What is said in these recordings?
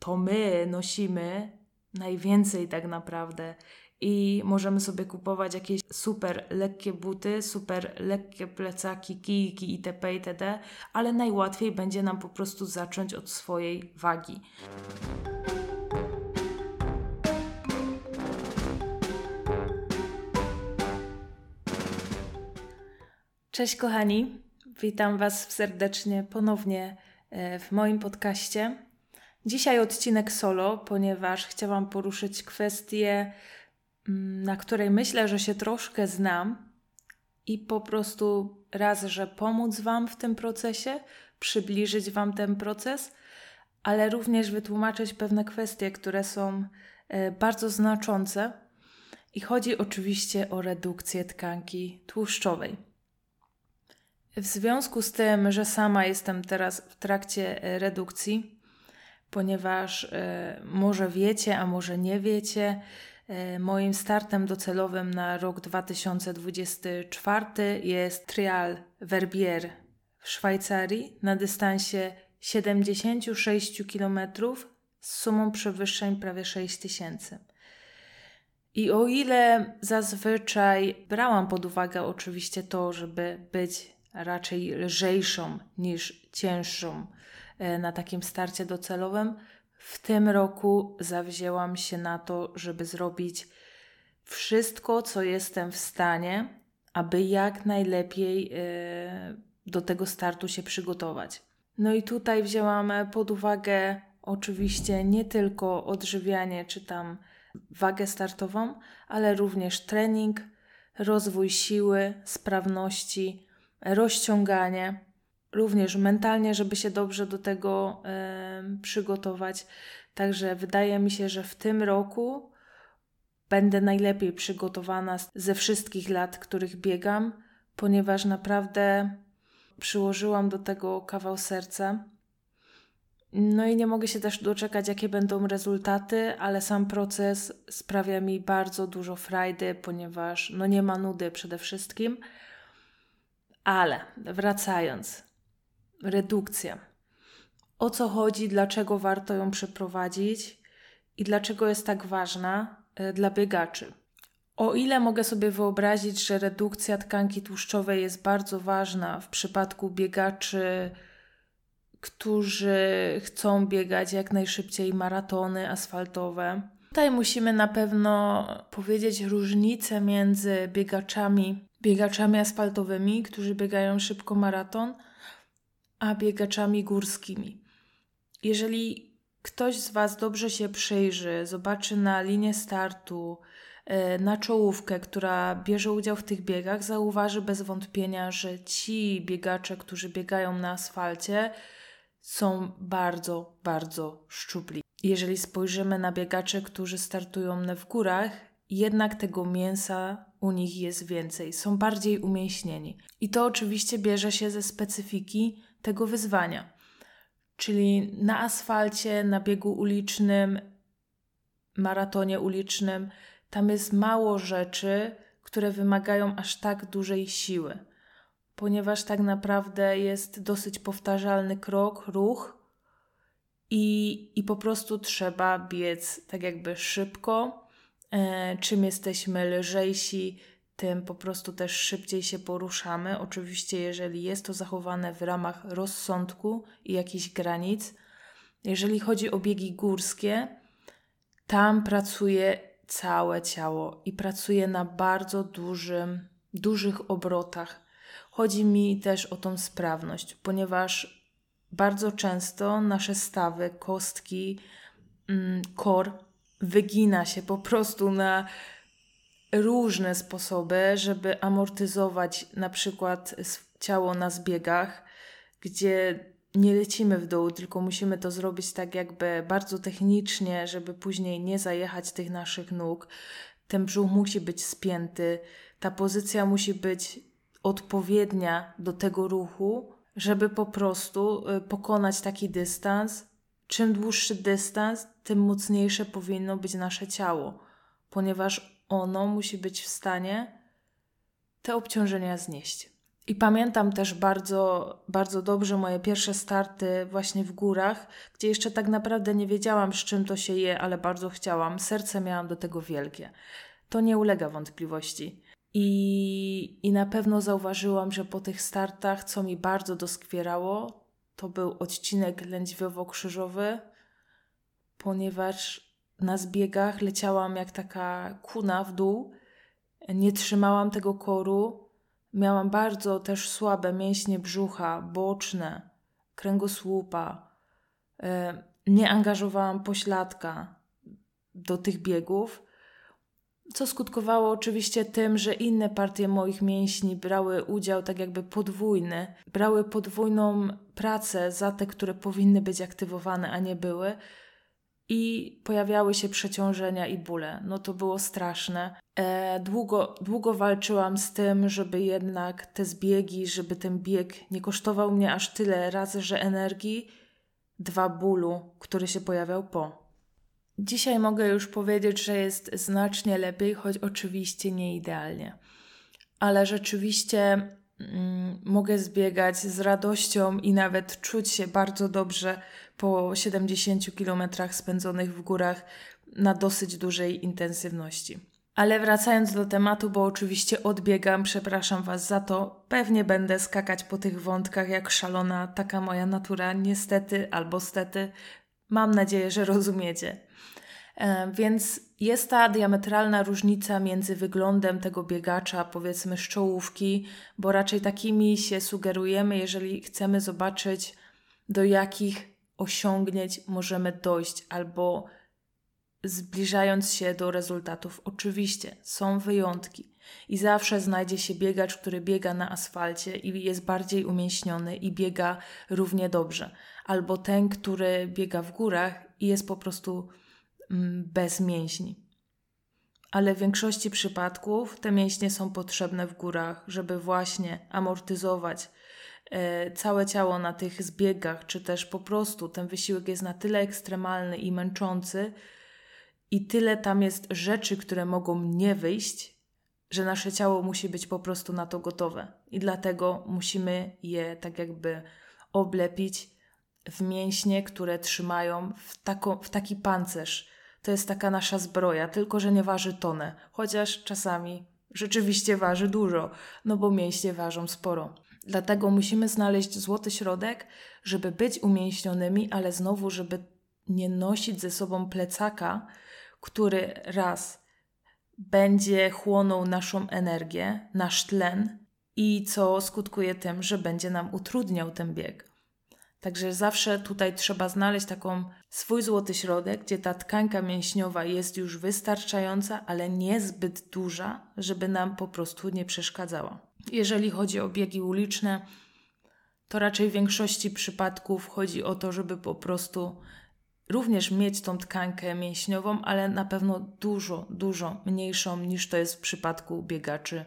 to my nosimy najwięcej tak naprawdę i możemy sobie kupować jakieś super lekkie buty, super lekkie plecaki, kijki itp., itd., ale najłatwiej będzie nam po prostu zacząć od swojej wagi. Cześć kochani, witam Was serdecznie ponownie w moim podcaście. Dzisiaj odcinek solo, ponieważ chciałam poruszyć kwestię, na której myślę, że się troszkę znam i po prostu raz, że pomóc Wam w tym procesie, przybliżyć Wam ten proces, ale również wytłumaczyć pewne kwestie, które są bardzo znaczące i chodzi oczywiście o redukcję tkanki tłuszczowej. W związku z tym, że sama jestem teraz w trakcie redukcji, ponieważ może wiecie, a może nie wiecie, moim startem docelowym na rok 2024 jest Trial Verbier w Szwajcarii na dystansie 76 km z sumą przewyższeń prawie 6000. I o ile zazwyczaj brałam pod uwagę oczywiście to, żeby być raczej lżejszą niż cięższą na takim starcie docelowym, w tym roku zawzięłam się na to, żeby zrobić wszystko, co jestem w stanie, aby jak najlepiej do tego startu się przygotować. No i tutaj wzięłam pod uwagę oczywiście nie tylko odżywianie czy tam wagę startową, ale również trening, rozwój siły, sprawności, rozciąganie, również mentalnie, żeby się dobrze do tego przygotować. Także wydaje mi się, że w tym roku będę najlepiej przygotowana ze wszystkich lat, których biegam, ponieważ naprawdę przyłożyłam do tego kawał serca. No i nie mogę się też doczekać, jakie będą rezultaty, ale sam proces sprawia mi bardzo dużo frajdy, ponieważ nie ma nudy przede wszystkim. Ale wracając, redukcja. O co chodzi, dlaczego warto ją przeprowadzić i dlaczego jest tak ważna dla biegaczy? O ile mogę sobie wyobrazić, że redukcja tkanki tłuszczowej jest bardzo ważna w przypadku biegaczy, którzy chcą biegać jak najszybciej maratony asfaltowe. Tutaj musimy na pewno powiedzieć różnicę między biegaczami asfaltowymi, którzy biegają szybko maraton, a biegaczami górskimi. Jeżeli ktoś z Was dobrze się przyjrzy, zobaczy na linię startu, na czołówkę, która bierze udział w tych biegach, zauważy bez wątpienia, że ci biegacze, którzy biegają na asfalcie, są bardzo, bardzo szczupli. Jeżeli spojrzymy na biegaczy, którzy startują w górach, jednak tego mięsa u nich jest więcej, są bardziej umięśnieni. I to oczywiście bierze się ze specyfiki tego wyzwania. Czyli na asfalcie, na biegu ulicznym, maratonie ulicznym, tam jest mało rzeczy, które wymagają aż tak dużej siły. Ponieważ tak naprawdę jest dosyć powtarzalny krok, ruch i po prostu trzeba biec tak jakby szybko. Czym jesteśmy lżejsi, tym po prostu też szybciej się poruszamy. Oczywiście jeżeli jest to zachowane w ramach rozsądku i jakichś granic. Jeżeli chodzi o biegi górskie, tam pracuje całe ciało i pracuje na bardzo dużych obrotach. Chodzi mi też o tą sprawność, ponieważ bardzo często nasze stawy, kostki, core wygina się po prostu na różne sposoby, żeby amortyzować na przykład ciało na zbiegach, gdzie nie lecimy w dół, tylko musimy to zrobić tak jakby bardzo technicznie, żeby później nie zajechać tych naszych nóg. Ten brzuch musi być spięty, ta pozycja musi być odpowiednia do tego ruchu, żeby po prostu pokonać taki dystans. Czym dłuższy dystans, tym mocniejsze powinno być nasze ciało, ponieważ ono musi być w stanie te obciążenia znieść. I pamiętam też bardzo, bardzo dobrze moje pierwsze starty właśnie w górach, gdzie jeszcze tak naprawdę nie wiedziałam, z czym to się je, ale bardzo chciałam. Serce miałam do tego wielkie. To nie ulega wątpliwości. I na pewno zauważyłam, że po tych startach, co mi bardzo doskwierało, to był odcinek lędźwiowo-krzyżowy, ponieważ na zbiegach leciałam jak taka kuna w dół, nie trzymałam tego koru, miałam bardzo też słabe mięśnie brzucha, boczne, kręgosłupa, nie angażowałam pośladka do tych biegów, co skutkowało oczywiście tym, że inne partie moich mięśni brały udział tak jakby podwójny, brały podwójną pracę za te, które powinny być aktywowane, a nie były i pojawiały się przeciążenia i bóle. No to było straszne. Długo walczyłam z tym, żeby jednak te zbiegi, żeby ten bieg nie kosztował mnie aż tyle razy, że energii, 2 bólu, który się pojawiał po. Dzisiaj mogę już powiedzieć, że jest znacznie lepiej, choć oczywiście nie idealnie. Ale rzeczywiście mogę zbiegać z radością i nawet czuć się bardzo dobrze po 70 kilometrach spędzonych w górach na dosyć dużej intensywności. Ale wracając do tematu, bo oczywiście odbiegam, przepraszam Was za to, pewnie będę skakać po tych wątkach jak szalona, taka moja natura, niestety albo stety. Mam nadzieję, że rozumiecie. Więc jest ta diametralna różnica między wyglądem tego biegacza, powiedzmy z czołówki, bo raczej takimi się sugerujemy, jeżeli chcemy zobaczyć, do jakich osiągnięć możemy dojść, albo zbliżając się do rezultatów. Oczywiście są wyjątki i zawsze znajdzie się biegacz, który biega na asfalcie i jest bardziej umięśniony i biega równie dobrze, albo ten, który biega w górach i jest po prostu bez mięśni. Ale w większości przypadków te mięśnie są potrzebne w górach, żeby właśnie amortyzować całe ciało na tych zbiegach, czy też po prostu ten wysiłek jest na tyle ekstremalny i męczący i tyle tam jest rzeczy, które mogą nie wyjść, że nasze ciało musi być po prostu na to gotowe. I dlatego musimy je tak jakby oblepić w mięśnie, które trzymają w taki pancerz. To jest taka nasza zbroja, tylko że nie waży tonę, chociaż czasami rzeczywiście waży dużo, no bo mięśnie ważą sporo. Dlatego musimy znaleźć złoty środek, żeby być umięśnionymi, ale znowu, żeby nie nosić ze sobą plecaka, który raz będzie chłonął naszą energię, nasz tlen i co skutkuje tym, że będzie nam utrudniał ten bieg. Także zawsze tutaj trzeba znaleźć taką swój złoty środek, gdzie ta tkanka mięśniowa jest już wystarczająca, ale niezbyt duża, żeby nam po prostu nie przeszkadzała. Jeżeli chodzi o biegi uliczne, to raczej w większości przypadków chodzi o to, żeby po prostu również mieć tą tkankę mięśniową, ale na pewno dużo, dużo mniejszą niż to jest w przypadku biegaczy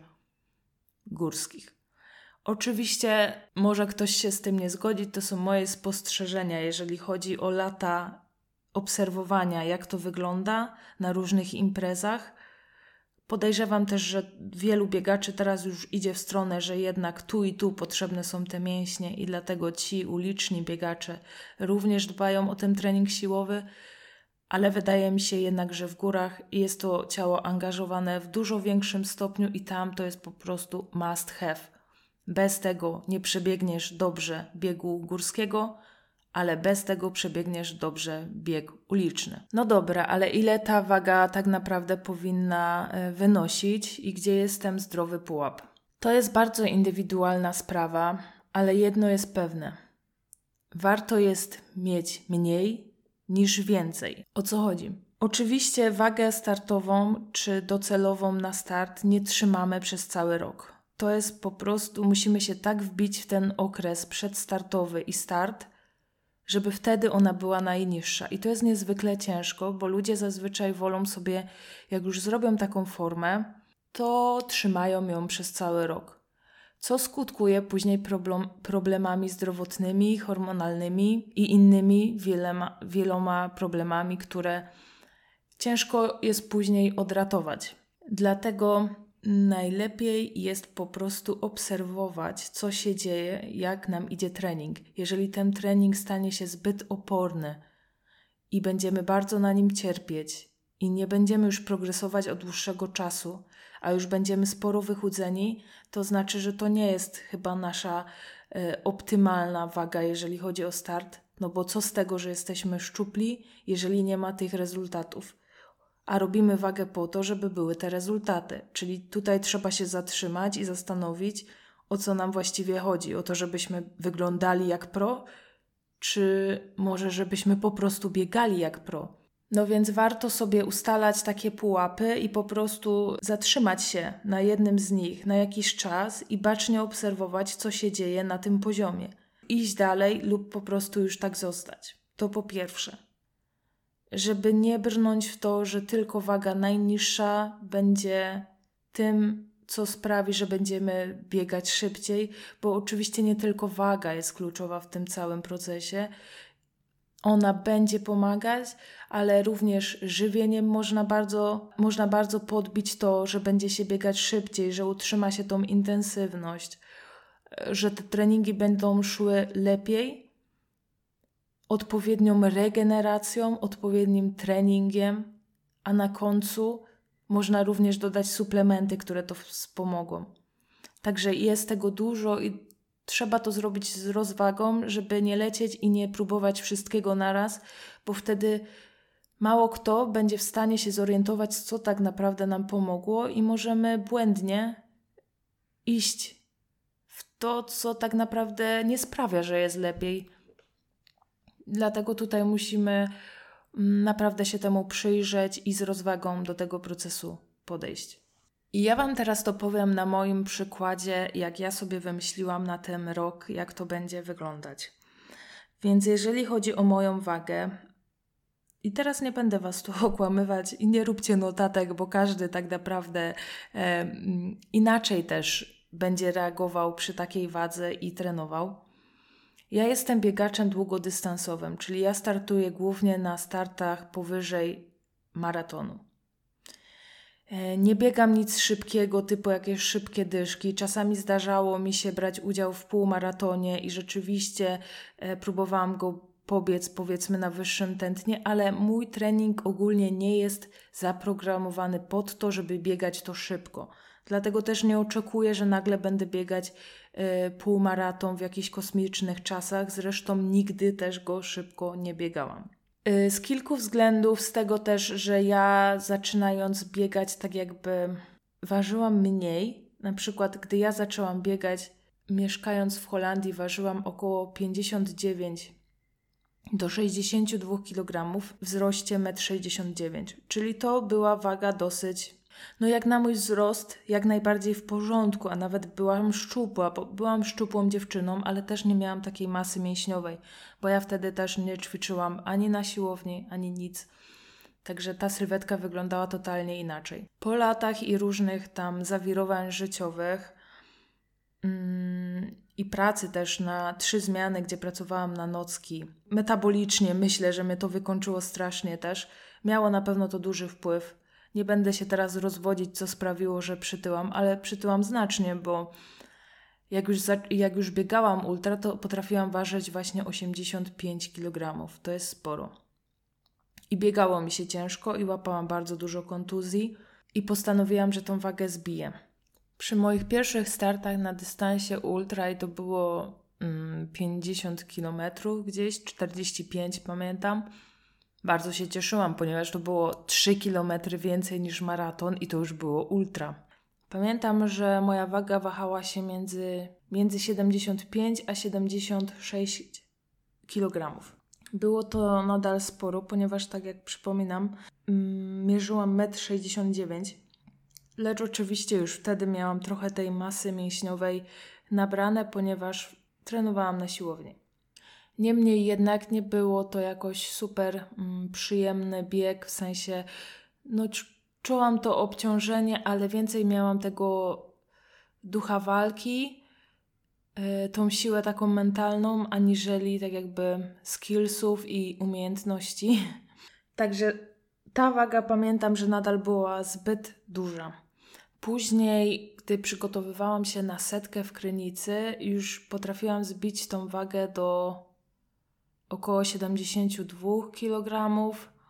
górskich. Oczywiście może ktoś się z tym nie zgodzić, to są moje spostrzeżenia, jeżeli chodzi o lata obserwowania, jak to wygląda na różnych imprezach. Podejrzewam też, że wielu biegaczy teraz już idzie w stronę, że jednak tu i tu potrzebne są te mięśnie i dlatego ci uliczni biegacze również dbają o ten trening siłowy, ale wydaje mi się jednak, że w górach jest to ciało angażowane w dużo większym stopniu i tam to jest po prostu must have. Bez tego nie przebiegniesz dobrze biegu górskiego, ale bez tego przebiegniesz dobrze bieg uliczny. No dobra, ale ile ta waga tak naprawdę powinna wynosić i gdzie jest ten zdrowy pułap? To jest bardzo indywidualna sprawa, ale jedno jest pewne. Warto jest mieć mniej niż więcej. O co chodzi? Oczywiście wagę startową czy docelową na start nie trzymamy przez cały rok. To jest po prostu, musimy się tak wbić w ten okres przedstartowy i start, żeby wtedy ona była najniższa. I to jest niezwykle ciężko, bo ludzie zazwyczaj wolą sobie, jak już zrobią taką formę, to trzymają ją przez cały rok. Co skutkuje później problemami zdrowotnymi, hormonalnymi i innymi wieloma problemami, które ciężko jest później odratować. Dlatego Najlepiej jest po prostu obserwować, co się dzieje, jak nam idzie trening. Jeżeli ten trening stanie się zbyt oporny i będziemy bardzo na nim cierpieć i nie będziemy już progresować od dłuższego czasu, a już będziemy sporo wychudzeni, to znaczy, że to nie jest chyba nasza optymalna waga, jeżeli chodzi o start. No bo co z tego, że jesteśmy szczupli, jeżeli nie ma tych rezultatów? A robimy wagę po to, żeby były te rezultaty. Czyli tutaj trzeba się zatrzymać i zastanowić, o co nam właściwie chodzi. O to, żebyśmy wyglądali jak pro, czy może żebyśmy po prostu biegali jak pro. No więc warto sobie ustalać takie pułapy i po prostu zatrzymać się na jednym z nich na jakiś czas i bacznie obserwować, co się dzieje na tym poziomie. Iść dalej lub po prostu już tak zostać. To po pierwsze. Żeby nie brnąć w to, że tylko waga najniższa będzie tym, co sprawi, że będziemy biegać szybciej, bo oczywiście nie tylko waga jest kluczowa w tym całym procesie. Ona będzie pomagać, ale również żywieniem można bardzo podbić to, że będzie się biegać szybciej, że utrzyma się tą intensywność, że te treningi będą szły lepiej, odpowiednią regeneracją, odpowiednim treningiem, a na końcu można również dodać suplementy, które to wspomogą. Także jest tego dużo i trzeba to zrobić z rozwagą, żeby nie lecieć i nie próbować wszystkiego naraz, bo wtedy mało kto będzie w stanie się zorientować, co tak naprawdę nam pomogło i możemy błędnie iść w to, co tak naprawdę nie sprawia, że jest lepiej. Dlatego tutaj musimy naprawdę się temu przyjrzeć i z rozwagą do tego procesu podejść. I ja Wam teraz to powiem na moim przykładzie, jak ja sobie wymyśliłam na ten rok, jak to będzie wyglądać. Więc jeżeli chodzi o moją wagę, i teraz nie będę Was tu okłamywać i nie róbcie notatek, bo każdy tak naprawdę inaczej też będzie reagował przy takiej wadze i trenował. Ja jestem biegaczem długodystansowym, czyli ja startuję głównie na startach powyżej maratonu. Nie biegam nic szybkiego, typu jakieś szybkie dyszki. Czasami zdarzało mi się brać udział w półmaratonie i rzeczywiście próbowałam go pobiec, powiedzmy, na wyższym tętnie, ale mój trening ogólnie nie jest zaprogramowany pod to, żeby biegać to szybko. Dlatego też nie oczekuję, że nagle będę biegać półmaraton w jakichś kosmicznych czasach. Zresztą nigdy też go szybko nie biegałam. Z kilku względów, z tego też, że ja zaczynając biegać tak jakby ważyłam mniej. Na przykład gdy ja zaczęłam biegać mieszkając w Holandii ważyłam około 59 do 62 kg, wzroście 1,69 m. Czyli to była waga dosyć, no jak na mój wzrost, jak najbardziej w porządku, a nawet byłam szczupła, bo byłam szczupłą dziewczyną, ale też nie miałam takiej masy mięśniowej, bo ja wtedy też nie ćwiczyłam ani na siłowni, ani nic. Także ta sylwetka wyglądała totalnie inaczej. Po latach i różnych tam zawirowań życiowych i pracy też na 3 zmiany, gdzie pracowałam na nocki, metabolicznie myślę, że mnie to wykończyło strasznie też. Miało na pewno to duży wpływ. Nie będę się teraz rozwodzić, co sprawiło, że przytyłam, ale przytyłam znacznie, bo jak już biegałam ultra, to potrafiłam ważyć właśnie 85 kg. To jest sporo. I biegało mi się ciężko i łapałam bardzo dużo kontuzji i postanowiłam, że tą wagę zbiję. Przy moich pierwszych startach na dystansie ultra i to było 50 km gdzieś, 45 pamiętam, bardzo się cieszyłam, ponieważ to było 3 km więcej niż maraton i to już było ultra. Pamiętam, że moja waga wahała się między 75 a 76 kg. Było to nadal sporo, ponieważ tak jak przypominam, mierzyłam 1,69 m, lecz oczywiście już wtedy miałam trochę tej masy mięśniowej nabrane, ponieważ trenowałam na siłowni. Niemniej jednak nie było to jakoś super przyjemny bieg, w sensie czułam to obciążenie, ale więcej miałam tego ducha walki, tą siłę taką mentalną, aniżeli tak jakby skillsów i Później, gdy przygotowywałam się na 100 w Krynicy, już potrafiłam zbić tą wagę do około 72 kg.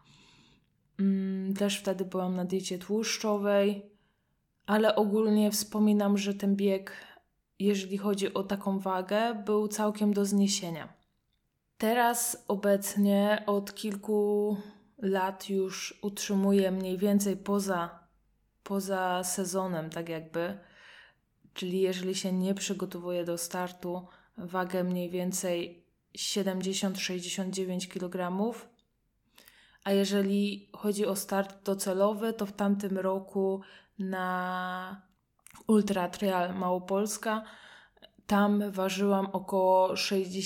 Też wtedy byłam na diecie tłuszczowej, ale ogólnie wspominam, że ten bieg, jeżeli chodzi o taką wagę, był całkiem do zniesienia. Teraz obecnie od kilku lat już utrzymuję mniej więcej poza sezonem, tak jakby. Czyli jeżeli się nie przygotowuję do startu, wagę mniej więcej 70-69 kg. A jeżeli chodzi o start docelowy, to w tamtym roku na Ultra Trail Małopolska tam ważyłam około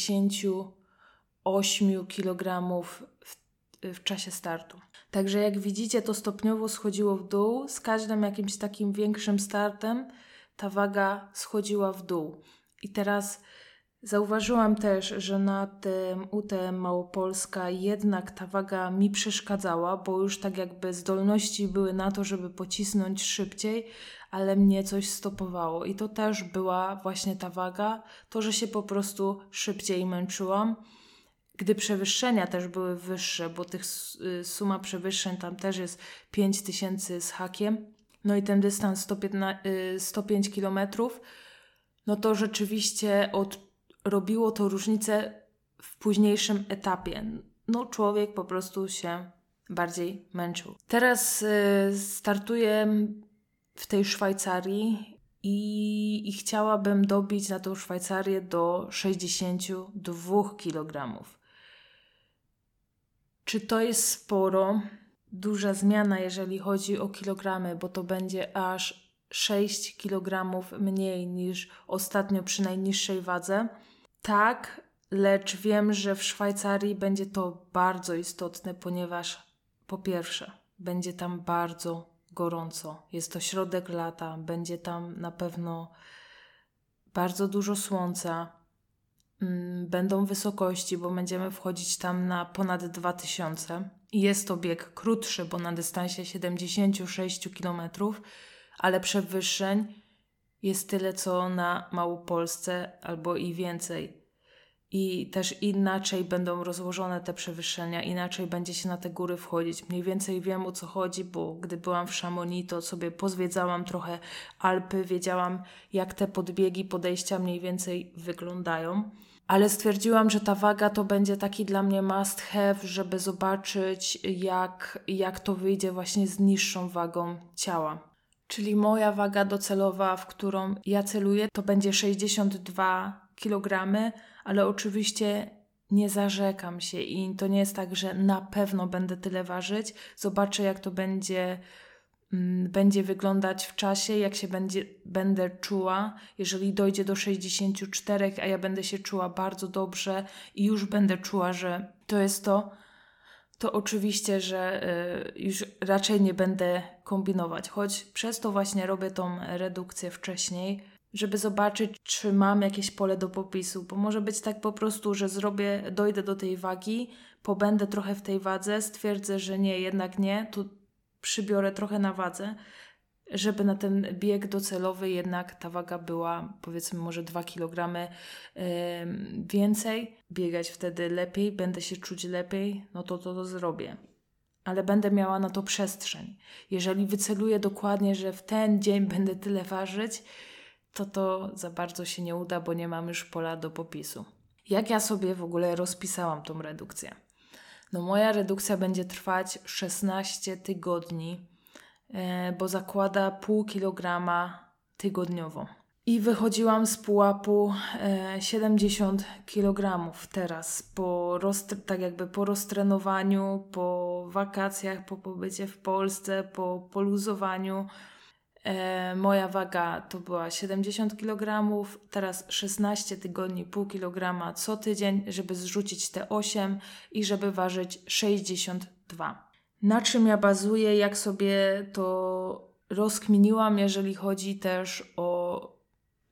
68 kg w czasie startu. Także jak widzicie, to stopniowo schodziło w dół. Z każdym jakimś takim większym startem ta waga schodziła w dół. I teraz zauważyłam też, że na tym UTM Małopolska jednak ta waga mi przeszkadzała, bo już tak jakby zdolności były na to, żeby pocisnąć szybciej, ale mnie coś stopowało. I to też była właśnie ta waga, to, że się po prostu szybciej męczyłam. Gdy przewyższenia też były wyższe, bo tych suma przewyższeń tam też jest 5000 z hakiem, no i ten dystans 105 km, no to rzeczywiście robiło to różnicę w późniejszym etapie. No człowiek po prostu się bardziej męczył. Teraz startuję w tej Szwajcarii i chciałabym dobić na tą Szwajcarię do 62 kg. Czy to jest sporo? Duża zmiana, jeżeli chodzi o kilogramy, bo to będzie aż 6 kg mniej niż ostatnio przy najniższej wadze. Tak, lecz wiem, że w Szwajcarii będzie to bardzo istotne, ponieważ po pierwsze, będzie tam bardzo gorąco. Jest to środek lata, będzie tam na pewno bardzo dużo słońca. Będą wysokości, bo będziemy wchodzić tam na ponad 2000. I jest to bieg krótszy, bo na dystansie 76 km, ale przewyższeń jest tyle, co na Małopolsce albo i więcej. I też inaczej będą rozłożone te przewyższenia, inaczej będzie się na te góry wchodzić. Mniej więcej wiem, o co chodzi, bo gdy byłam w Chamonix, to sobie pozwiedzałam trochę Alpy, wiedziałam, jak te podbiegi, podejścia mniej więcej wyglądają. Ale stwierdziłam, że ta waga to będzie taki dla mnie must have, żeby zobaczyć, jak to wyjdzie właśnie z niższą wagą ciała. Czyli moja waga docelowa, w którą ja celuję, to będzie 62 kg, ale oczywiście nie zarzekam się i to nie jest tak, że na pewno będę tyle ważyć. Zobaczę, jak to będzie wyglądać w czasie, jak się będę czuła. Jeżeli dojdzie do 64, a ja będę się czuła bardzo dobrze i już będę czuła, że to jest to oczywiście, że już raczej nie będę kombinować. Choć przez to właśnie robię tą redukcję wcześniej, żeby zobaczyć, czy mam jakieś pole do popisu, bo może być tak po prostu, że dojdę do tej wagi, pobędę trochę w tej wadze, stwierdzę, że nie, jednak nie, to przybiorę trochę na wadze, żeby na ten bieg docelowy jednak ta waga była, powiedzmy, może 2 kg więcej. Biegać wtedy lepiej, będę się czuć lepiej, no to zrobię. Ale będę miała na to przestrzeń. Jeżeli wyceluję dokładnie, że w ten dzień będę tyle ważyć, to za bardzo się nie uda, bo nie mam już pola do popisu. Jak ja sobie w ogóle rozpisałam tą redukcję? No moja redukcja będzie trwać 16 tygodni, bo zakłada pół kilograma tygodniowo. I wychodziłam z pułapu 70 kg teraz, tak jakby po roztrenowaniu, po wakacjach, po pobycie w Polsce, po poluzowaniu. Moja waga to była 70 kg, teraz 16 tygodni, pół kilograma co tydzień, żeby zrzucić te 8 i żeby ważyć 62. Na czym ja bazuję, jak sobie to rozkminiłam, jeżeli chodzi też o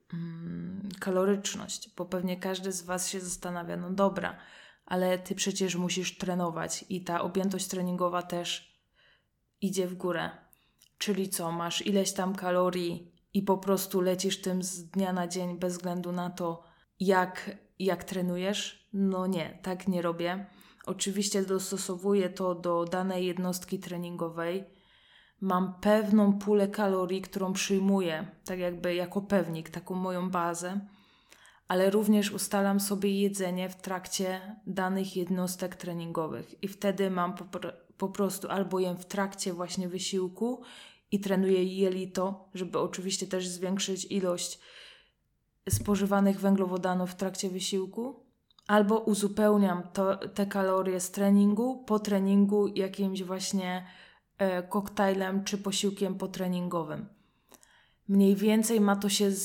kaloryczność, bo pewnie każdy z Was się zastanawia, no dobra, ale Ty przecież musisz trenować i ta objętość treningowa też idzie w górę. Czyli co, masz ileś tam kalorii i po prostu lecisz tym z dnia na dzień bez względu na to, jak trenujesz? No nie, tak nie robię. Oczywiście dostosowuję to do danej jednostki treningowej. Mam pewną pulę kalorii, którą przyjmuję, tak jakby jako pewnik, taką moją bazę, ale również ustalam sobie jedzenie w trakcie danych jednostek treningowych i wtedy mam po prostu albo jem w trakcie właśnie wysiłku i trenuję jelito, żeby oczywiście też zwiększyć ilość spożywanych węglowodanów w trakcie wysiłku, albo uzupełniam te kalorie z treningu, po treningu jakimś właśnie koktajlem czy posiłkiem potreningowym. Mniej więcej ma to się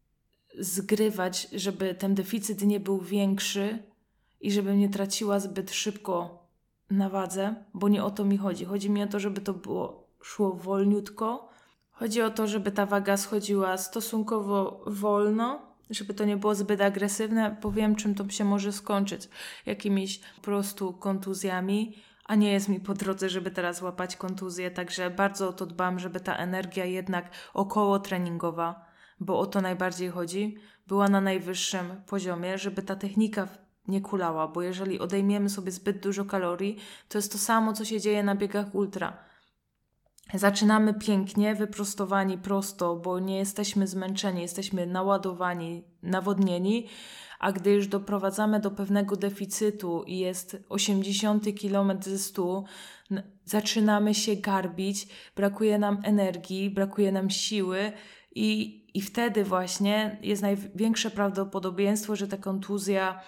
zgrywać, żeby ten deficyt nie był większy i żebym nie traciła zbyt szybko na wadze, bo nie o to mi chodzi. Chodzi mi o to, żeby to szło wolniutko. Chodzi o to, żeby ta waga schodziła stosunkowo wolno, żeby to nie było zbyt agresywne, bo wiem, czym to się może skończyć. Jakimiś po prostu kontuzjami, a nie jest mi po drodze, żeby teraz łapać kontuzję, także bardzo o to dbam, żeby ta energia jednak około treningowa, bo o to najbardziej chodzi, była na najwyższym poziomie, żeby ta technika nie kulała, bo jeżeli odejmiemy sobie zbyt dużo kalorii, to jest to samo, co się dzieje na biegach ultra. Zaczynamy pięknie, wyprostowani prosto, bo nie jesteśmy zmęczeni, jesteśmy naładowani, nawodnieni, a gdy już doprowadzamy do pewnego deficytu i jest 80 km ze 100, zaczynamy się garbić, brakuje nam energii, brakuje nam siły i wtedy właśnie jest największe prawdopodobieństwo, że ta kontuzja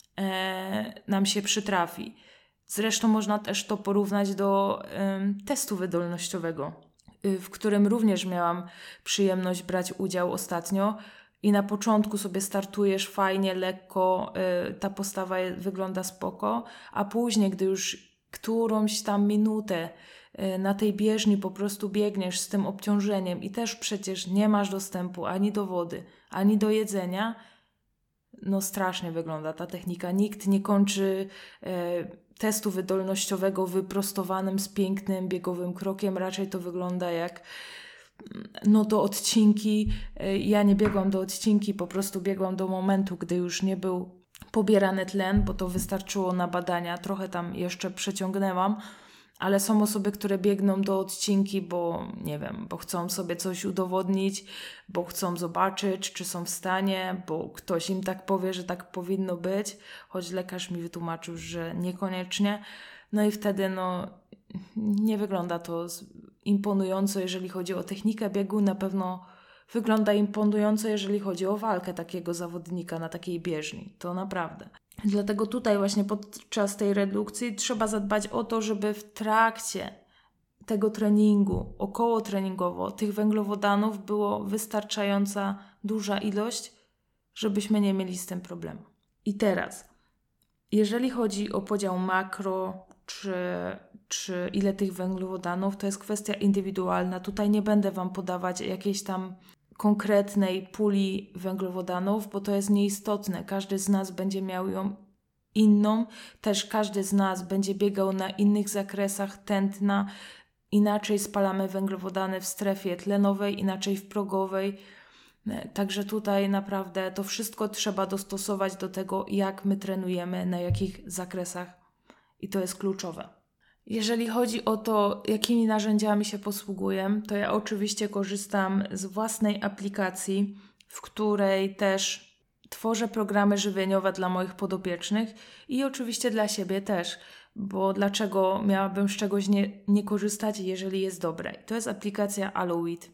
nam się przytrafi. Zresztą można też to porównać do testu wydolnościowego, w którym również miałam przyjemność brać udział ostatnio i na początku sobie startujesz fajnie, lekko, ta postawa wygląda spoko, a później, gdy już którąś tam minutę na tej bieżni po prostu biegniesz z tym obciążeniem i też przecież nie masz dostępu ani do wody, ani do jedzenia, no strasznie wygląda ta technika. Nikt nie kończy testu wydolnościowego wyprostowanym z pięknym biegowym krokiem. Raczej to wygląda jak do odcinki. Ja nie biegłam do odcinki, po prostu biegłam do momentu, gdy już nie był pobierany tlen, bo to wystarczyło na badania. Trochę tam jeszcze przeciągnęłam, ale są osoby, które biegną do odcinki, bo nie wiem, bo chcą sobie coś udowodnić, bo chcą zobaczyć, czy są w stanie, bo ktoś im tak powie, że tak powinno być, choć lekarz mi wytłumaczył, że niekoniecznie. No i wtedy nie wygląda to imponująco, jeżeli chodzi o technikę biegu, na pewno wygląda imponująco, jeżeli chodzi o walkę takiego zawodnika na takiej bieżni. To naprawdę. Dlatego tutaj właśnie podczas tej redukcji trzeba zadbać o to, żeby w trakcie tego treningu, okołotreningowo, tych węglowodanów było wystarczająca duża ilość, żebyśmy nie mieli z tym problemu. I teraz, jeżeli chodzi o podział makro, czy ile tych węglowodanów, to jest kwestia indywidualna. Tutaj nie będę Wam podawać jakiejś tam konkretnej puli węglowodanów, bo to jest nieistotne. Każdy z nas będzie miał ją inną, też każdy z nas będzie biegał na innych zakresach tętna. Inaczej spalamy węglowodany w strefie tlenowej, inaczej w progowej. Także tutaj naprawdę to wszystko trzeba dostosować do tego, jak my trenujemy, na jakich zakresach i to jest kluczowe. Jeżeli chodzi o to, jakimi narzędziami się posługuję, to ja oczywiście korzystam z własnej aplikacji, w której też tworzę programy żywieniowe dla moich podopiecznych i oczywiście dla siebie też, bo dlaczego miałabym z czegoś nie korzystać, jeżeli jest dobre. To jest aplikacja Allo-Eat.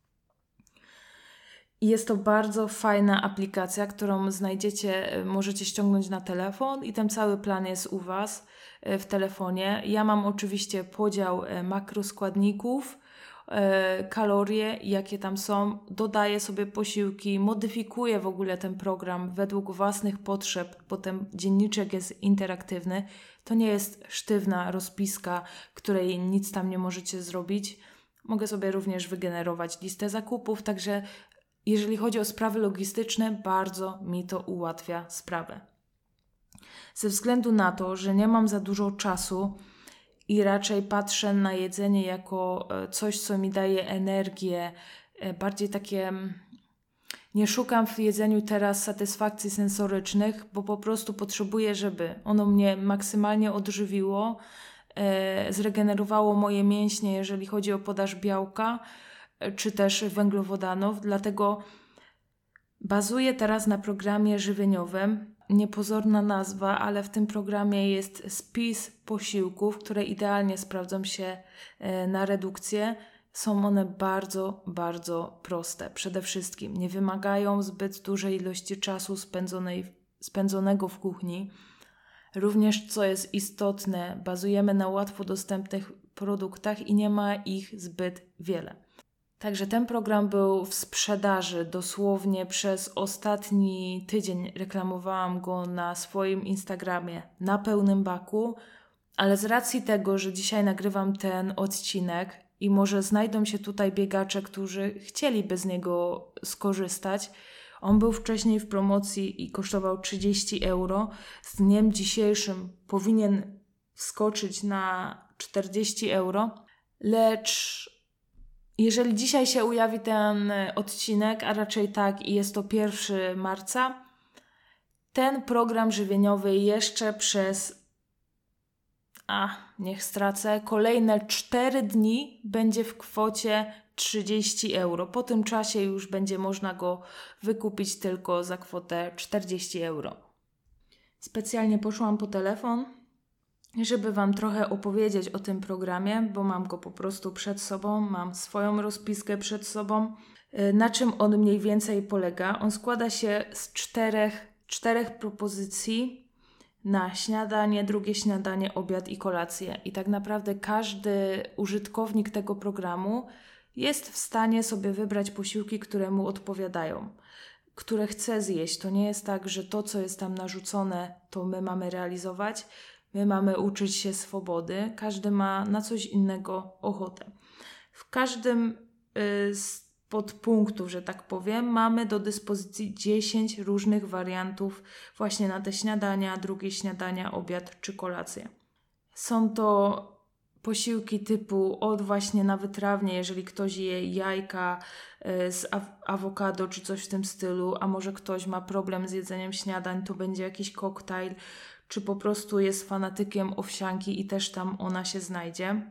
I jest to bardzo fajna aplikacja, którą możecie ściągnąć na telefon i ten cały plan jest u Was w telefonie. Ja mam oczywiście podział makroskładników, kalorie, jakie tam są, dodaję sobie posiłki, modyfikuję w ogóle ten program według własnych potrzeb, bo ten dzienniczek jest interaktywny. To nie jest sztywna rozpiska, której nic tam nie możecie zrobić. Mogę sobie również wygenerować listę zakupów, także jeżeli chodzi o sprawy logistyczne, bardzo mi to ułatwia sprawę. Ze względu na to, że nie mam za dużo czasu i raczej patrzę na jedzenie jako coś, co mi daje energię, bardziej takie... Nie szukam w jedzeniu teraz satysfakcji sensorycznych, bo po prostu potrzebuję, żeby ono mnie maksymalnie odżywiło, zregenerowało moje mięśnie, jeżeli chodzi o podaż białka, czy też węglowodanów. Dlatego bazuję teraz na programie żywieniowym. Niepozorna nazwa, ale w tym programie jest spis posiłków, które idealnie sprawdzą się na redukcję. Są one bardzo, bardzo proste. Przede wszystkim nie wymagają zbyt dużej ilości czasu spędzonego w kuchni. Również, co jest istotne, bazujemy na łatwo dostępnych produktach i nie ma ich zbyt wiele. Także ten program był w sprzedaży dosłownie przez ostatni tydzień. Reklamowałam go na swoim Instagramie na pełnym baku, ale z racji tego, że dzisiaj nagrywam ten odcinek i może znajdą się tutaj biegacze, którzy chcieliby z niego skorzystać, on był wcześniej w promocji i kosztował 30 euro. Z dniem dzisiejszym powinien wskoczyć na 40 euro, lecz jeżeli dzisiaj się ujawi ten odcinek, a raczej tak i jest to 1 marca, ten program żywieniowy jeszcze przez, niech stracę, kolejne 4 dni będzie w kwocie 30 euro. Po tym czasie już będzie można go wykupić tylko za kwotę 40 euro. Specjalnie poszłam po telefon, żeby Wam trochę opowiedzieć o tym programie, bo mam go po prostu przed sobą, mam swoją rozpiskę przed sobą. Na czym on mniej więcej polega? On składa się z czterech propozycji na śniadanie, drugie śniadanie, obiad i kolację. I tak naprawdę każdy użytkownik tego programu jest w stanie sobie wybrać posiłki, które mu odpowiadają, które chce zjeść. To nie jest tak, że to, co jest tam narzucone, to my mamy realizować. My mamy uczyć się swobody. Każdy ma na coś innego ochotę. W każdym z podpunktów, że tak powiem, mamy do dyspozycji 10 różnych wariantów właśnie na te śniadania, drugie śniadania, obiad czy kolację. Są to posiłki typu od właśnie na wytrawnie, jeżeli ktoś je jajka z awokado czy coś w tym stylu, a może ktoś ma problem z jedzeniem śniadań, to będzie jakiś koktajl, czy po prostu jest fanatykiem owsianki i też tam ona się znajdzie.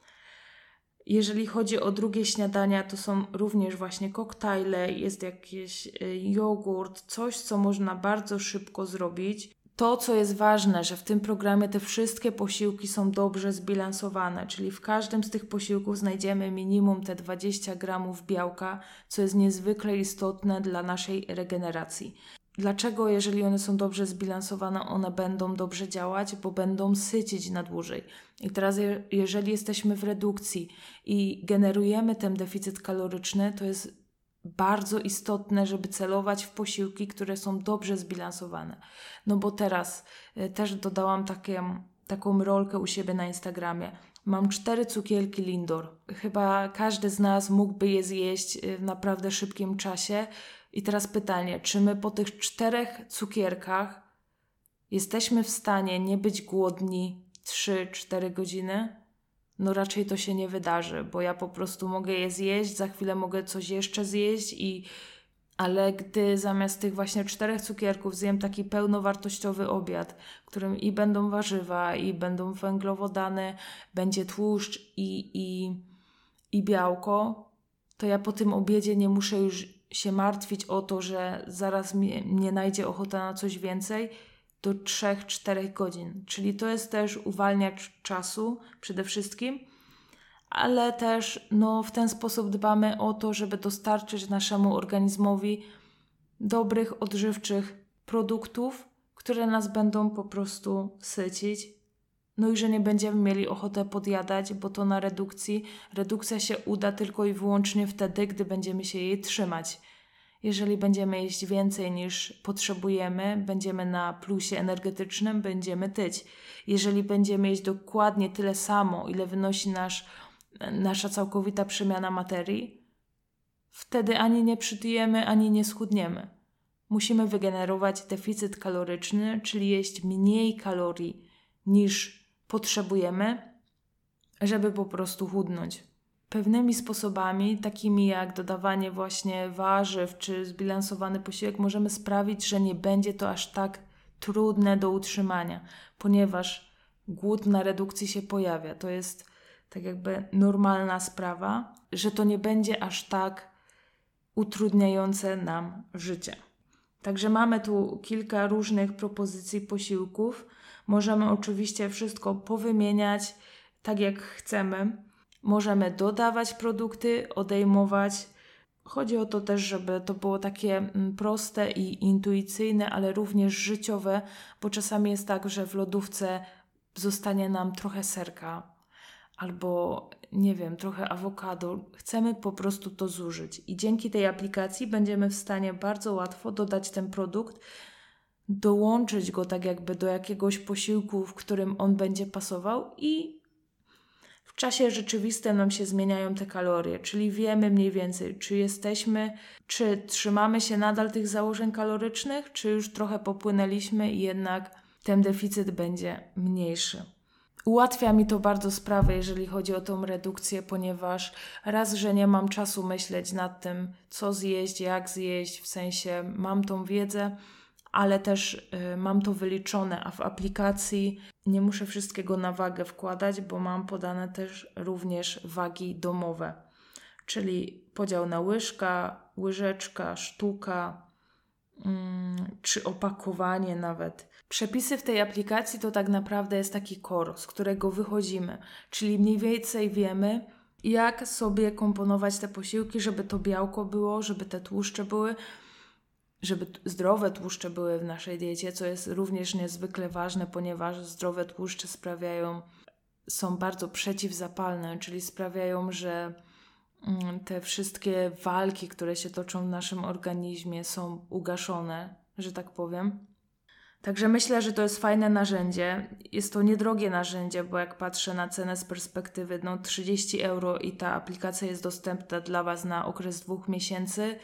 Jeżeli chodzi o drugie śniadania, to są również właśnie koktajle, jest jakiś jogurt, coś, co można bardzo szybko zrobić. To, co jest ważne, że w tym programie te wszystkie posiłki są dobrze zbilansowane, czyli w każdym z tych posiłków znajdziemy minimum te 20 gramów białka, co jest niezwykle istotne dla naszej regeneracji. Dlaczego, jeżeli one są dobrze zbilansowane, one będą dobrze działać? Bo będą sycić na dłużej. I teraz, jeżeli jesteśmy w redukcji i generujemy ten deficyt kaloryczny, to jest bardzo istotne, żeby celować w posiłki, które są dobrze zbilansowane. No bo teraz też dodałam taką rolkę u siebie na Instagramie. Mam 4 cukierki Lindor. Chyba każdy z nas mógłby je zjeść w naprawdę szybkim czasie. I teraz pytanie, czy my po tych 4 cukierkach jesteśmy w stanie nie być głodni 3-4 godziny? No raczej to się nie wydarzy, bo ja po prostu mogę je zjeść, za chwilę mogę coś jeszcze zjeść, ale gdy zamiast tych właśnie 4 cukierków zjem taki pełnowartościowy obiad, w którym i będą warzywa, i będą węglowodany, będzie tłuszcz i białko, to ja po tym obiedzie nie muszę już się martwić o to, że zaraz mnie najdzie ochota na coś więcej do 3-4 godzin. Czyli to jest też uwalniacz czasu przede wszystkim, ale też w ten sposób dbamy o to, żeby dostarczyć naszemu organizmowi dobrych, odżywczych produktów, które nas będą po prostu sycić. No i że nie będziemy mieli ochotę podjadać, bo to na redukcja się uda tylko i wyłącznie wtedy, gdy będziemy się jej trzymać. Jeżeli będziemy jeść więcej niż potrzebujemy, będziemy na plusie energetycznym, będziemy tyć. Jeżeli będziemy jeść dokładnie tyle samo, ile wynosi nasza całkowita przemiana materii, wtedy ani nie przytyjemy, ani nie schudniemy. Musimy wygenerować deficyt kaloryczny, czyli jeść mniej kalorii niż potrzebujemy, żeby po prostu chudnąć. Pewnymi sposobami, takimi jak dodawanie właśnie warzyw czy zbilansowany posiłek, możemy sprawić, że nie będzie to aż tak trudne do utrzymania, ponieważ głód na redukcji się pojawia. To jest tak jakby normalna sprawa, że to nie będzie aż tak utrudniające nam życie. Także mamy tu kilka różnych propozycji posiłków. Możemy oczywiście wszystko powymieniać tak jak chcemy. Możemy dodawać produkty, odejmować. Chodzi o to też, żeby to było takie proste i intuicyjne, ale również życiowe, bo czasami jest tak, że w lodówce zostanie nam trochę serka albo, nie wiem, trochę awokado. Chcemy po prostu to zużyć i dzięki tej aplikacji będziemy w stanie bardzo łatwo dodać ten produkt, dołączyć go tak jakby do jakiegoś posiłku, w którym on będzie pasował i w czasie rzeczywistym nam się zmieniają te kalorie, czyli wiemy mniej więcej, czy trzymamy się nadal tych założeń kalorycznych, czy już trochę popłynęliśmy i jednak ten deficyt będzie mniejszy. Ułatwia mi to bardzo sprawę, jeżeli chodzi o tą redukcję, ponieważ raz, że nie mam czasu myśleć nad tym, co zjeść, jak zjeść, w sensie mam tą wiedzę, ale też mam to wyliczone, a w aplikacji nie muszę wszystkiego na wagę wkładać, bo mam podane też również wagi domowe, czyli podział na łyżka, łyżeczka, sztuka, czy opakowanie nawet. Przepisy w tej aplikacji to tak naprawdę jest taki core, z którego wychodzimy, czyli mniej więcej wiemy, jak sobie komponować te posiłki, żeby to białko było, żeby te tłuszcze były, żeby zdrowe tłuszcze były w naszej diecie, co jest również niezwykle ważne, ponieważ zdrowe tłuszcze są bardzo przeciwzapalne, czyli sprawiają, że te wszystkie walki, które się toczą w naszym organizmie, są ugaszone, że tak powiem. Także myślę, że to jest fajne narzędzie. Jest to niedrogie narzędzie, bo jak patrzę na cenę z perspektywy 30 euro i ta aplikacja jest dostępna dla Was na okres 2 miesięcy,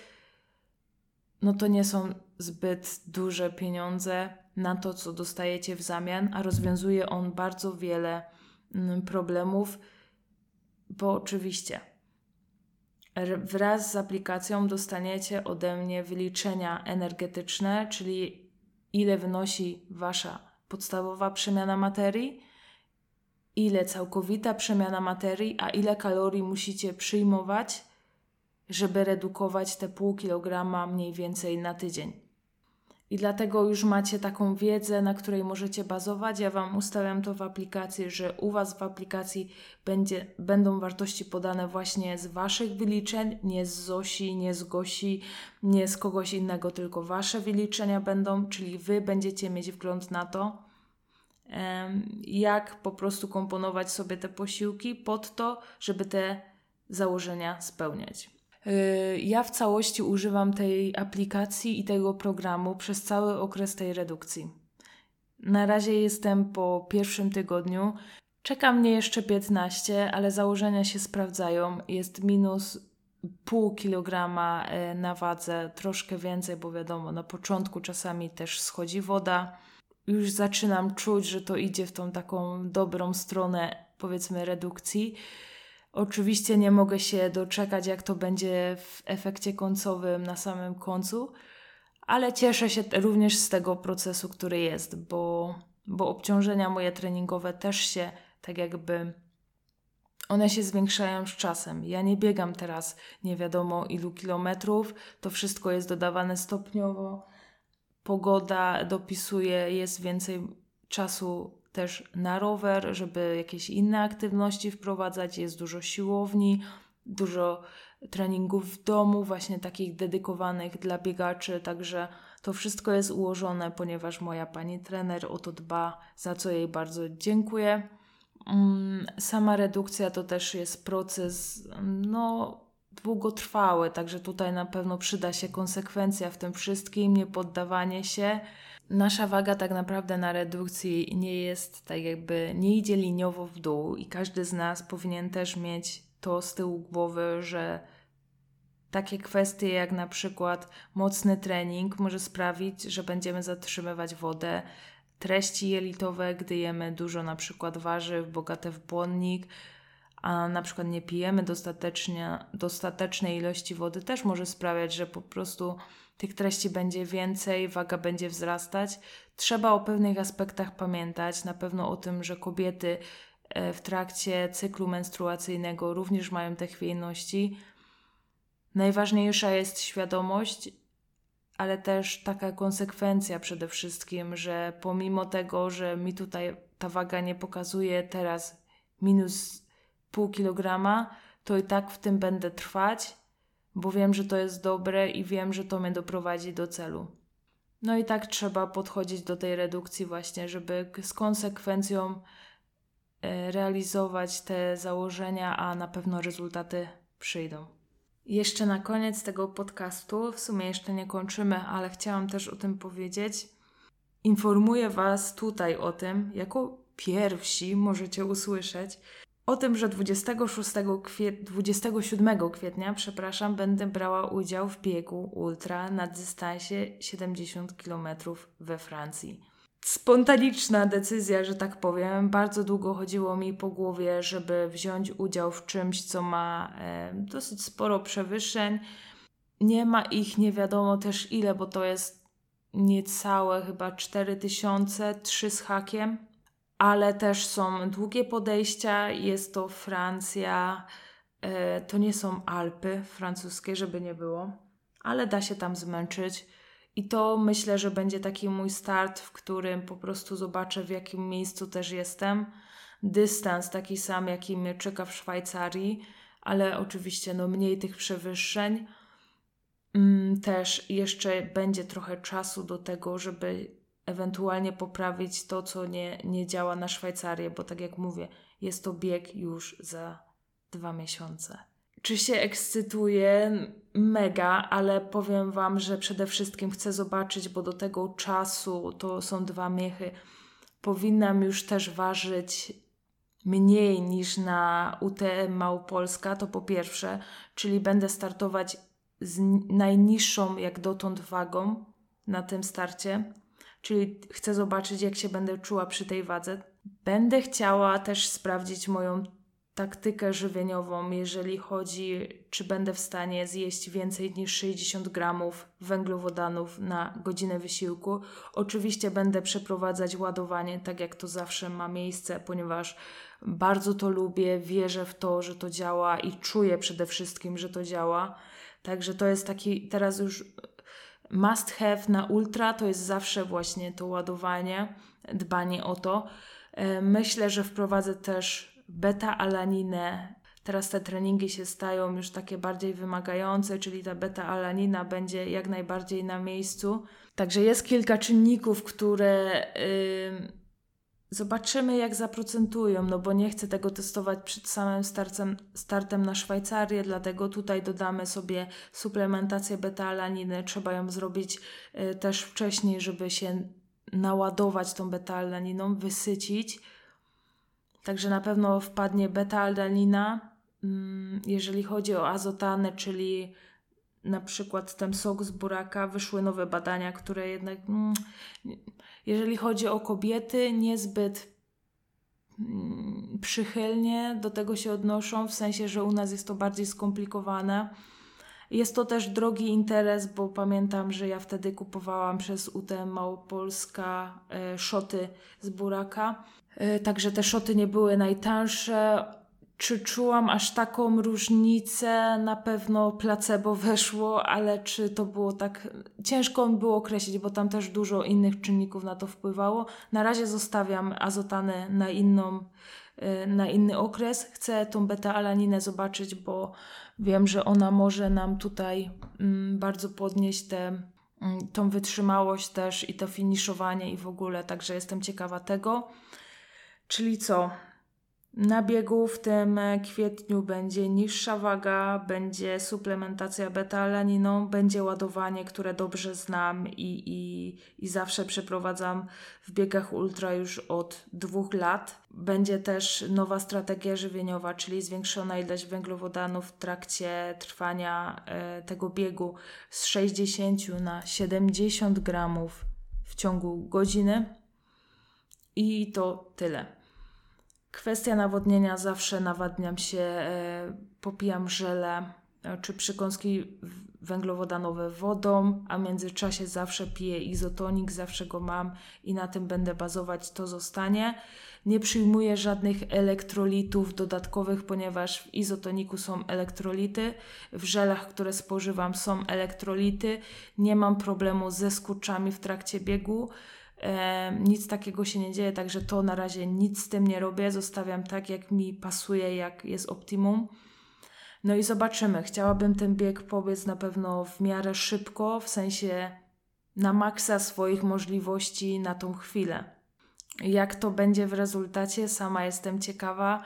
no to nie są zbyt duże pieniądze na to, co dostajecie w zamian, a rozwiązuje on bardzo wiele problemów, bo oczywiście wraz z aplikacją dostaniecie ode mnie wyliczenia energetyczne, czyli ile wynosi Wasza podstawowa przemiana materii, ile całkowita przemiana materii, a ile kalorii musicie przyjmować, żeby redukować te 0,5 kilograma mniej więcej na tydzień. I dlatego już macie taką wiedzę, na której możecie bazować. Ja Wam ustawiam to w aplikacji, że u Was w aplikacji będą wartości podane właśnie z Waszych wyliczeń, nie z Zosi, nie z Gosi, nie z kogoś innego, tylko Wasze wyliczenia będą, czyli Wy będziecie mieć wgląd na to, jak po prostu komponować sobie te posiłki pod to, żeby te założenia spełniać. Ja w całości używam tej aplikacji i tego programu przez cały okres tej redukcji. Na razie jestem po 1. tygodniu. Czeka mnie jeszcze 15, ale założenia się sprawdzają. Jest minus 0,5 kilograma na wadze, troszkę więcej, bo wiadomo, na początku czasami też schodzi woda. Już zaczynam czuć, że to idzie w tą taką dobrą stronę, powiedzmy, redukcji. Oczywiście nie mogę się doczekać, jak to będzie w efekcie końcowym na samym końcu, ale cieszę się również z tego procesu, który jest, bo obciążenia moje treningowe też się tak jakby, one się zwiększają z czasem. Ja nie biegam teraz nie wiadomo ilu kilometrów, to wszystko jest dodawane stopniowo, pogoda dopisuje, jest więcej czasu też na rower, żeby jakieś inne aktywności wprowadzać. Jest dużo siłowni, dużo treningów w domu, właśnie takich dedykowanych dla biegaczy, także to wszystko jest ułożone, ponieważ moja pani trener o to dba, za co jej bardzo dziękuję. Sama redukcja to też jest proces długotrwały, także tutaj na pewno przyda się konsekwencja w tym wszystkim, nie poddawanie się. Nasza waga tak naprawdę na redukcji nie jest tak jakby, nie idzie liniowo w dół i każdy z nas powinien też mieć to z tyłu głowy, że takie kwestie jak na przykład mocny trening może sprawić, że będziemy zatrzymywać wodę, treści jelitowe, gdy jemy dużo na przykład warzyw, bogate w błonnik, a na przykład nie pijemy dostatecznej ilości wody, też może sprawiać, że po prostu tych treści będzie więcej, waga będzie wzrastać. Trzeba o pewnych aspektach pamiętać, na pewno o tym, że kobiety w trakcie cyklu menstruacyjnego również mają te chwiejności. Najważniejsza jest świadomość, ale też taka konsekwencja przede wszystkim, że pomimo tego, że mi tutaj ta waga nie pokazuje teraz minus pół kilograma, to i tak w tym będę trwać, bo wiem, że to jest dobre i wiem, że to mnie doprowadzi do celu. No i tak trzeba podchodzić do tej redukcji właśnie, żeby z konsekwencją realizować te założenia, a na pewno rezultaty przyjdą. Jeszcze na koniec tego podcastu, w sumie jeszcze nie kończymy, ale chciałam też o tym powiedzieć. Informuję Was tutaj o tym, jako pierwsi możecie usłyszeć, o tym, że 27 kwietnia będę brała udział w biegu ultra na dystansie 70 km we Francji. Spontaniczna decyzja, że tak powiem. Bardzo długo chodziło mi po głowie, żeby wziąć udział w czymś, co ma dosyć sporo przewyższeń. Nie ma ich nie wiadomo też ile, bo to jest niecałe chyba 4000, 3 z hakiem. Ale też są długie podejścia, jest to Francja, to nie są Alpy francuskie, żeby nie było, ale da się tam zmęczyć i to myślę, że będzie taki mój start, w którym po prostu zobaczę, w jakim miejscu też jestem. Dystans taki sam, jaki mnie czeka w Szwajcarii, ale oczywiście mniej tych przewyższeń. Też jeszcze będzie trochę czasu do tego, żeby ewentualnie poprawić to, co nie działa na Szwajcarię, bo tak jak mówię, jest to bieg już za 2 miesiące. Czy się ekscytuję? Mega, ale powiem Wam, że przede wszystkim chcę zobaczyć, bo do tego czasu, to są 2 miechy, powinnam już też ważyć mniej niż na UTM Małopolska, to po pierwsze, czyli będę startować z najniższą jak dotąd wagą na tym starcie. Czyli chcę zobaczyć, jak się będę czuła przy tej wadze. Będę chciała też sprawdzić moją taktykę żywieniową, jeżeli chodzi, czy będę w stanie zjeść więcej niż 60 gramów węglowodanów na godzinę wysiłku. Oczywiście będę przeprowadzać ładowanie, tak jak to zawsze ma miejsce, ponieważ bardzo to lubię, wierzę w to, że to działa i czuję przede wszystkim, że to działa. Także to jest taki teraz już must have na ultra, to jest zawsze właśnie to ładowanie, dbanie o to. Myślę, że wprowadzę też beta-alaninę. Teraz te treningi się stają już takie bardziej wymagające, czyli ta beta-alanina będzie jak najbardziej na miejscu. Także jest kilka czynników, które zobaczymy, jak zaprocentują, bo nie chcę tego testować przed samym startem na Szwajcarię, dlatego tutaj dodamy sobie suplementację beta-alaniny. Trzeba ją zrobić też wcześniej, żeby się naładować tą beta-alaniną, wysycić. Także na pewno wpadnie beta-alanina. Jeżeli chodzi o azotany, czyli na przykład ten sok z buraka, wyszły nowe badania, które jednak jeżeli chodzi o kobiety, niezbyt przychylnie do tego się odnoszą, w sensie, że u nas jest to bardziej skomplikowane. Jest to też drogi interes, bo pamiętam, że ja wtedy kupowałam przez UTM Małopolska szoty z buraka. Także te szoty nie były najtańsze. Czy czułam aż taką różnicę? Na pewno placebo weszło, ale czy to było tak... Ciężko mi było określić, bo tam też dużo innych czynników na to wpływało. Na razie zostawiam azotany na inny okres. Chcę tą beta-alaninę zobaczyć, bo wiem, że ona może nam tutaj bardzo podnieść tą wytrzymałość też i to finiszowanie i w ogóle. Także jestem ciekawa tego. Czyli co? Na biegu w tym kwietniu będzie niższa waga, będzie suplementacja beta-alaniną, będzie ładowanie, które dobrze znam i zawsze przeprowadzam w biegach ultra już od 2 lat. Będzie też nowa strategia żywieniowa, czyli zwiększona ilość węglowodanów w trakcie trwania tego biegu z 60 na 70 gramów w ciągu godziny. I to tyle. Kwestia nawodnienia, zawsze nawadniam się, popijam żele czy przykąski węglowodanowe wodą, a w międzyczasie zawsze piję izotonik, zawsze go mam i na tym będę bazować, to zostanie. Nie przyjmuję żadnych elektrolitów dodatkowych, ponieważ w izotoniku są elektrolity, w żelach, które spożywam, są elektrolity. Nie mam problemu ze skurczami w trakcie biegu. Nic takiego się nie dzieje, także to na razie nic z tym nie robię. Zostawiam tak, jak mi pasuje, jak jest optimum. No i zobaczymy. Chciałabym ten bieg pobiec na pewno w miarę szybko, w sensie na maksa swoich możliwości na tą chwilę. Jak to będzie w rezultacie, sama jestem ciekawa,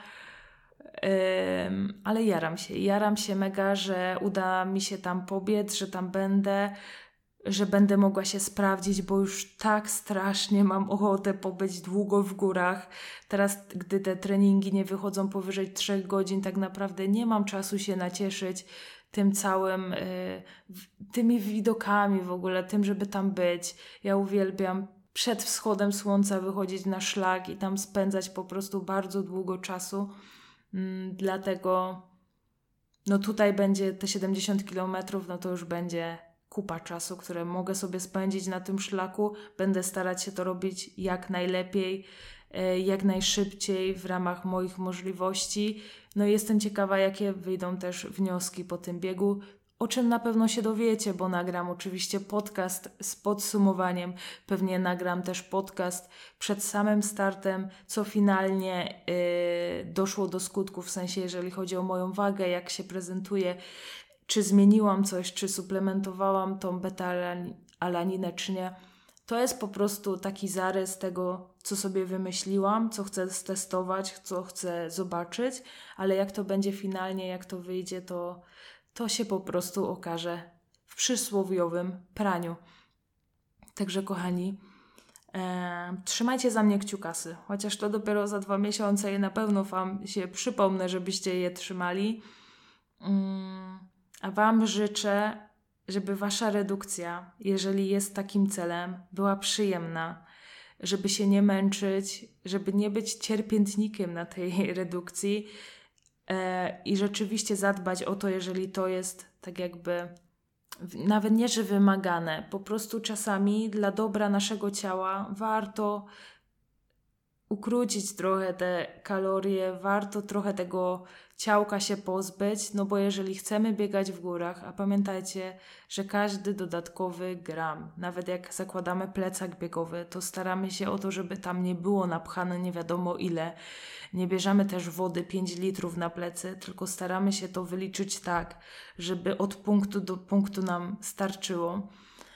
ale jaram się mega, że uda mi się tam pobiec, że będę mogła się sprawdzić, bo już tak strasznie mam ochotę pobyć długo w górach. Teraz, gdy te treningi nie wychodzą powyżej 3 godzin, tak naprawdę nie mam czasu się nacieszyć tym całym, tymi widokami w ogóle, tym, żeby tam być. Ja uwielbiam przed wschodem słońca wychodzić na szlak i tam spędzać po prostu bardzo długo czasu. Dlatego no tutaj będzie te 70 kilometrów, no to już będzie kupa czasu, które mogę sobie spędzić na tym szlaku. Będę starać się to robić jak najlepiej, jak najszybciej w ramach moich możliwości. No i jestem ciekawa, jakie wyjdą też wnioski po tym biegu, o czym na pewno się dowiecie, bo nagram oczywiście podcast z podsumowaniem. Pewnie nagram też podcast przed samym startem, co finalnie doszło do skutku, w sensie jeżeli chodzi o moją wagę, jak się prezentuję, czy zmieniłam coś, czy suplementowałam tą beta-alaninę, czy nie. To jest po prostu taki zarys tego, co sobie wymyśliłam, co chcę stestować, co chcę zobaczyć, ale jak to będzie finalnie, jak to wyjdzie, to się po prostu okaże w przysłowiowym praniu. Także kochani, trzymajcie za mnie kciukasy, chociaż to dopiero za 2 miesiące i na pewno wam się przypomnę, żebyście je trzymali. A wam życzę, żeby wasza redukcja, jeżeli jest takim celem, była przyjemna, żeby się nie męczyć, żeby nie być cierpiętnikiem na tej redukcji i rzeczywiście zadbać o to, jeżeli to jest tak jakby nawet nie, że wymagane, po prostu czasami dla dobra naszego ciała warto ukrócić trochę te kalorie, warto trochę tego ciałka się pozbyć, no bo jeżeli chcemy biegać w górach, a pamiętajcie, że każdy dodatkowy gram, nawet jak zakładamy plecak biegowy, to staramy się o to, żeby tam nie było napchane nie wiadomo ile. Nie bierzemy też wody 5 litrów na plecy, tylko staramy się to wyliczyć tak, żeby od punktu do punktu nam starczyło.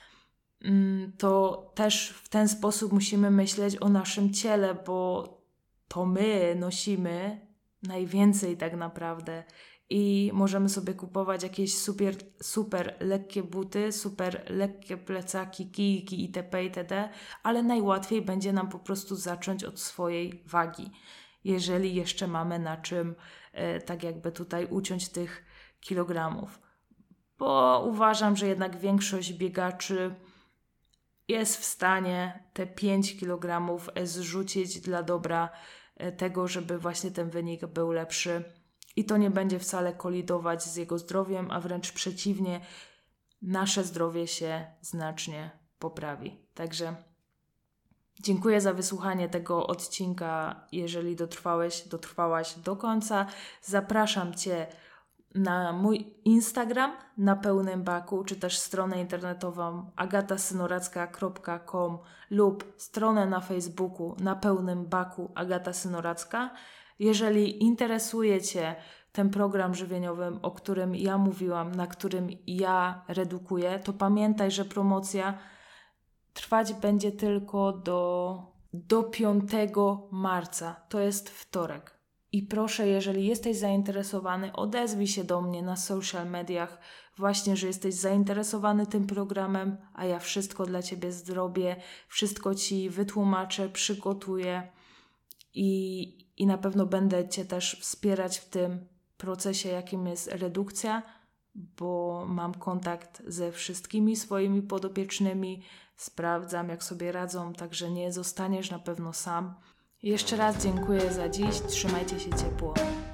To też w ten sposób musimy myśleć o naszym ciele, bo to my nosimy najwięcej tak naprawdę i możemy sobie kupować jakieś super lekkie buty, super lekkie plecaki, kijki itp., itd., ale najłatwiej będzie nam po prostu zacząć od swojej wagi, jeżeli jeszcze mamy na czym tak jakby tutaj uciąć tych kilogramów. Bo uważam, że jednak większość biegaczy jest w stanie te 5 kg zrzucić dla dobra tego, żeby właśnie ten wynik był lepszy i to nie będzie wcale kolidować z jego zdrowiem, a wręcz przeciwnie, nasze zdrowie się znacznie poprawi. Także dziękuję za wysłuchanie tego odcinka. Jeżeli dotrwałaś do końca, zapraszam Cię na mój Instagram na pełnym baku, czy też stronę internetową agatasynoracka.com lub stronę na Facebooku na pełnym baku Agata Synoracka. Jeżeli interesuje Cię ten program żywieniowy, o którym ja mówiłam, na którym ja redukuję, to pamiętaj, że promocja trwać będzie tylko do 5 marca. To jest wtorek. I proszę, jeżeli jesteś zainteresowany, odezwij się do mnie na social mediach, właśnie, że jesteś zainteresowany tym programem, a ja wszystko dla Ciebie zrobię, wszystko Ci wytłumaczę, przygotuję i na pewno będę Cię też wspierać w tym procesie, jakim jest redukcja, bo mam kontakt ze wszystkimi swoimi podopiecznymi, sprawdzam, jak sobie radzą, także nie zostaniesz na pewno sam. Jeszcze raz dziękuję za dziś. Trzymajcie się ciepło.